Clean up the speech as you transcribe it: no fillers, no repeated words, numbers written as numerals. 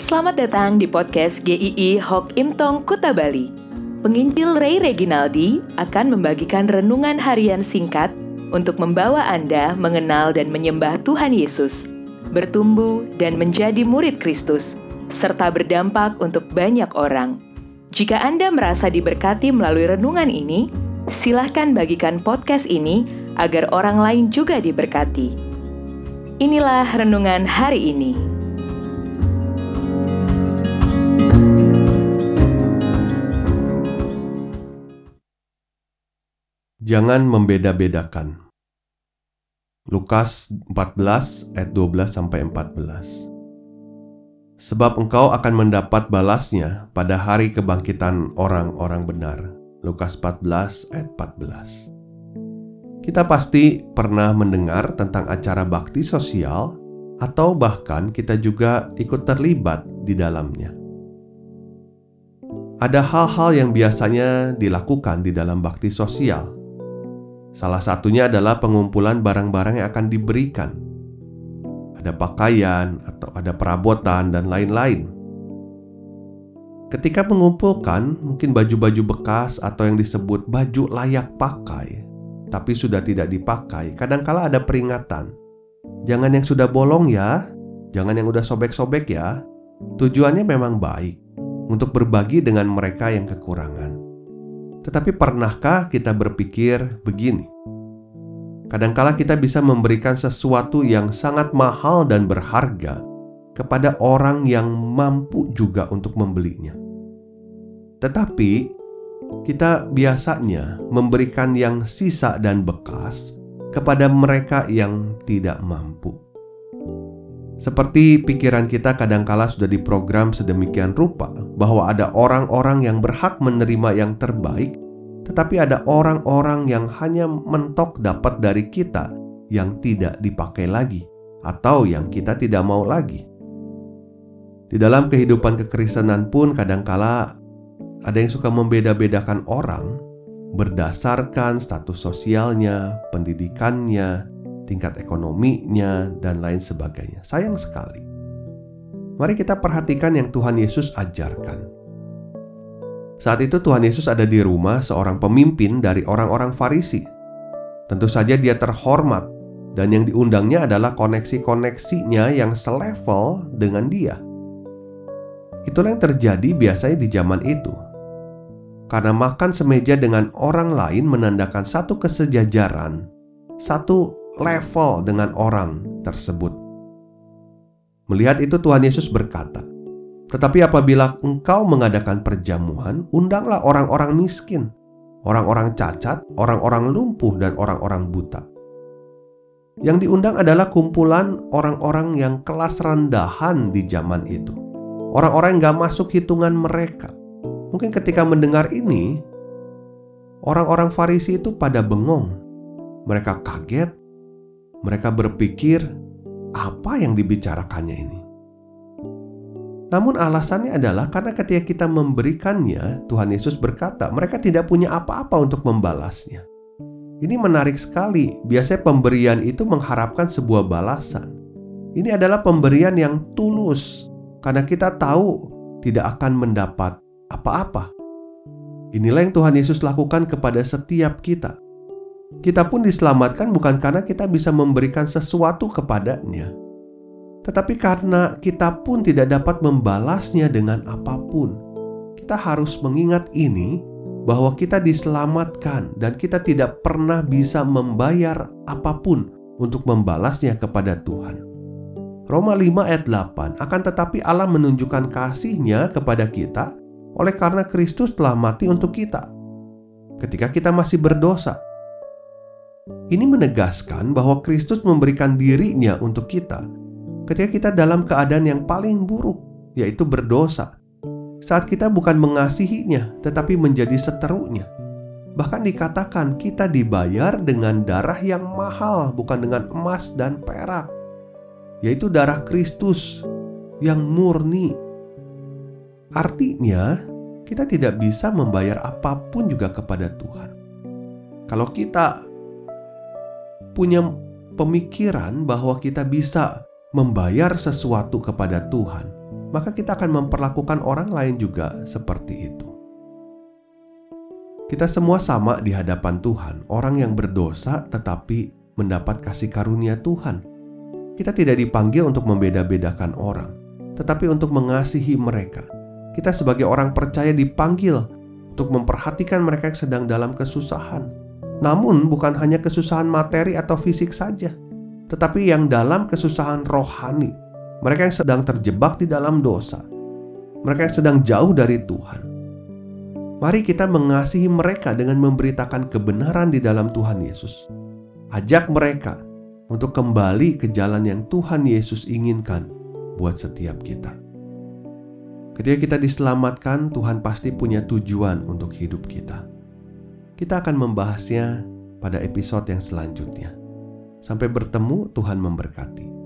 Selamat datang di podcast GII Hok Im Tong Kuta Bali. Penginjil Ray Reginaldi akan membagikan renungan harian singkat untuk membawa Anda mengenal dan menyembah Tuhan Yesus, bertumbuh dan menjadi murid Kristus, serta berdampak untuk banyak orang. Jika Anda merasa diberkati melalui renungan ini, silahkan bagikan podcast ini agar orang lain juga diberkati. Inilah renungan hari ini. Jangan membeda-bedakan. Lukas 14 ayat 12-14. Sebab engkau akan mendapat balasnya pada hari kebangkitan orang-orang benar. Lukas 14 ayat 14. Kita pasti pernah mendengar tentang acara bakti sosial, atau bahkan kita juga ikut terlibat di dalamnya. Ada hal-hal yang biasanya dilakukan di dalam bakti sosial. Salah satunya adalah pengumpulan barang-barang yang akan diberikan. Ada pakaian, atau ada perabotan, dan lain-lain. Ketika mengumpulkan, mungkin baju-baju bekas atau yang disebut baju layak pakai, tapi sudah tidak dipakai, kadangkala ada peringatan. Jangan yang sudah bolong ya, jangan yang udah sobek-sobek ya. Tujuannya memang baik, untuk berbagi dengan mereka yang kekurangan. Tetapi pernahkah kita berpikir begini? Kadangkala kita bisa memberikan sesuatu yang sangat mahal dan berharga kepada orang yang mampu juga untuk membelinya. Tetapi kita biasanya memberikan yang sisa dan bekas kepada mereka yang tidak mampu. Seperti pikiran kita kadangkala sudah diprogram sedemikian rupa bahwa ada orang-orang yang berhak menerima yang terbaik, tetapi ada orang-orang yang hanya mentok dapat dari kita yang tidak dipakai lagi atau yang kita tidak mau lagi. Di dalam kehidupan kekristenan pun kadangkala ada yang suka membeda-bedakan orang berdasarkan status sosialnya, pendidikannya, tingkat ekonominya, dan lain sebagainya. Sayang sekali. Mari kita perhatikan yang Tuhan Yesus ajarkan. Saat itu Tuhan Yesus ada di rumah seorang pemimpin dari orang-orang Farisi. Tentu saja dia terhormat, dan yang diundangnya adalah koneksi-koneksinya yang selevel dengan dia. Itulah yang terjadi biasanya di zaman itu. Karena makan semeja dengan orang lain menandakan satu kesejajaran, satu level dengan orang tersebut. Melihat itu Tuhan Yesus berkata, "Tetapi apabila engkau mengadakan perjamuan, undanglah orang-orang miskin, orang-orang cacat, orang-orang lumpuh, dan orang-orang buta." Yang diundang adalah kumpulan orang-orang yang kelas rendahan di zaman itu. Orang-orang yang gak masuk hitungan mereka. Mungkin ketika mendengar ini, orang-orang Farisi itu pada bengong. Mereka kaget. Mereka berpikir, apa yang dibicarakannya ini? Namun alasannya adalah karena ketika kita memberikannya, Tuhan Yesus berkata, mereka tidak punya apa-apa untuk membalasnya. Ini menarik sekali. Biasanya pemberian itu mengharapkan sebuah balasan. Ini adalah pemberian yang tulus, karena kita tahu tidak akan mendapat apa-apa. Inilah yang Tuhan Yesus lakukan kepada setiap kita. Kita pun diselamatkan bukan karena kita bisa memberikan sesuatu kepadanya, tetapi karena kita pun tidak dapat membalasnya dengan apapun. Kita harus mengingat ini, bahwa kita diselamatkan dan kita tidak pernah bisa membayar apapun untuk membalasnya kepada Tuhan. Roma 5 ayat 8, akan tetapi Allah menunjukkan kasih-Nya kepada kita oleh karena Kristus telah mati untuk kita ketika kita masih berdosa. Ini menegaskan bahwa Kristus memberikan diri-Nya untuk kita ketika kita dalam keadaan yang paling buruk, yaitu berdosa. Saat kita bukan mengasihinya, tetapi menjadi seterunya. Bahkan dikatakan kita dibayar dengan darah yang mahal, bukan dengan emas dan perak, yaitu darah Kristus yang murni. Artinya, kita tidak bisa membayar apapun juga kepada Tuhan. Kalau kita punya pemikiran bahwa kita bisa membayar sesuatu kepada Tuhan, maka kita akan memperlakukan orang lain juga seperti itu. Kita semua sama di hadapan Tuhan, orang yang berdosa tetapi mendapat kasih karunia Tuhan. Kita tidak dipanggil untuk membeda-bedakan orang, tetapi untuk mengasihi mereka. Kita sebagai orang percaya dipanggil untuk memperhatikan mereka yang sedang dalam kesusahan. Namun bukan hanya kesusahan materi atau fisik saja, tetapi yang dalam kesusahan rohani. Mereka yang sedang terjebak di dalam dosa, mereka yang sedang jauh dari Tuhan. Mari kita mengasihi mereka dengan memberitakan kebenaran di dalam Tuhan Yesus. Ajak mereka untuk kembali ke jalan yang Tuhan Yesus inginkan buat setiap kita. Ketika kita diselamatkan, Tuhan pasti punya tujuan untuk hidup kita. Kita akan membahasnya pada episode yang selanjutnya. Sampai bertemu, Tuhan memberkati.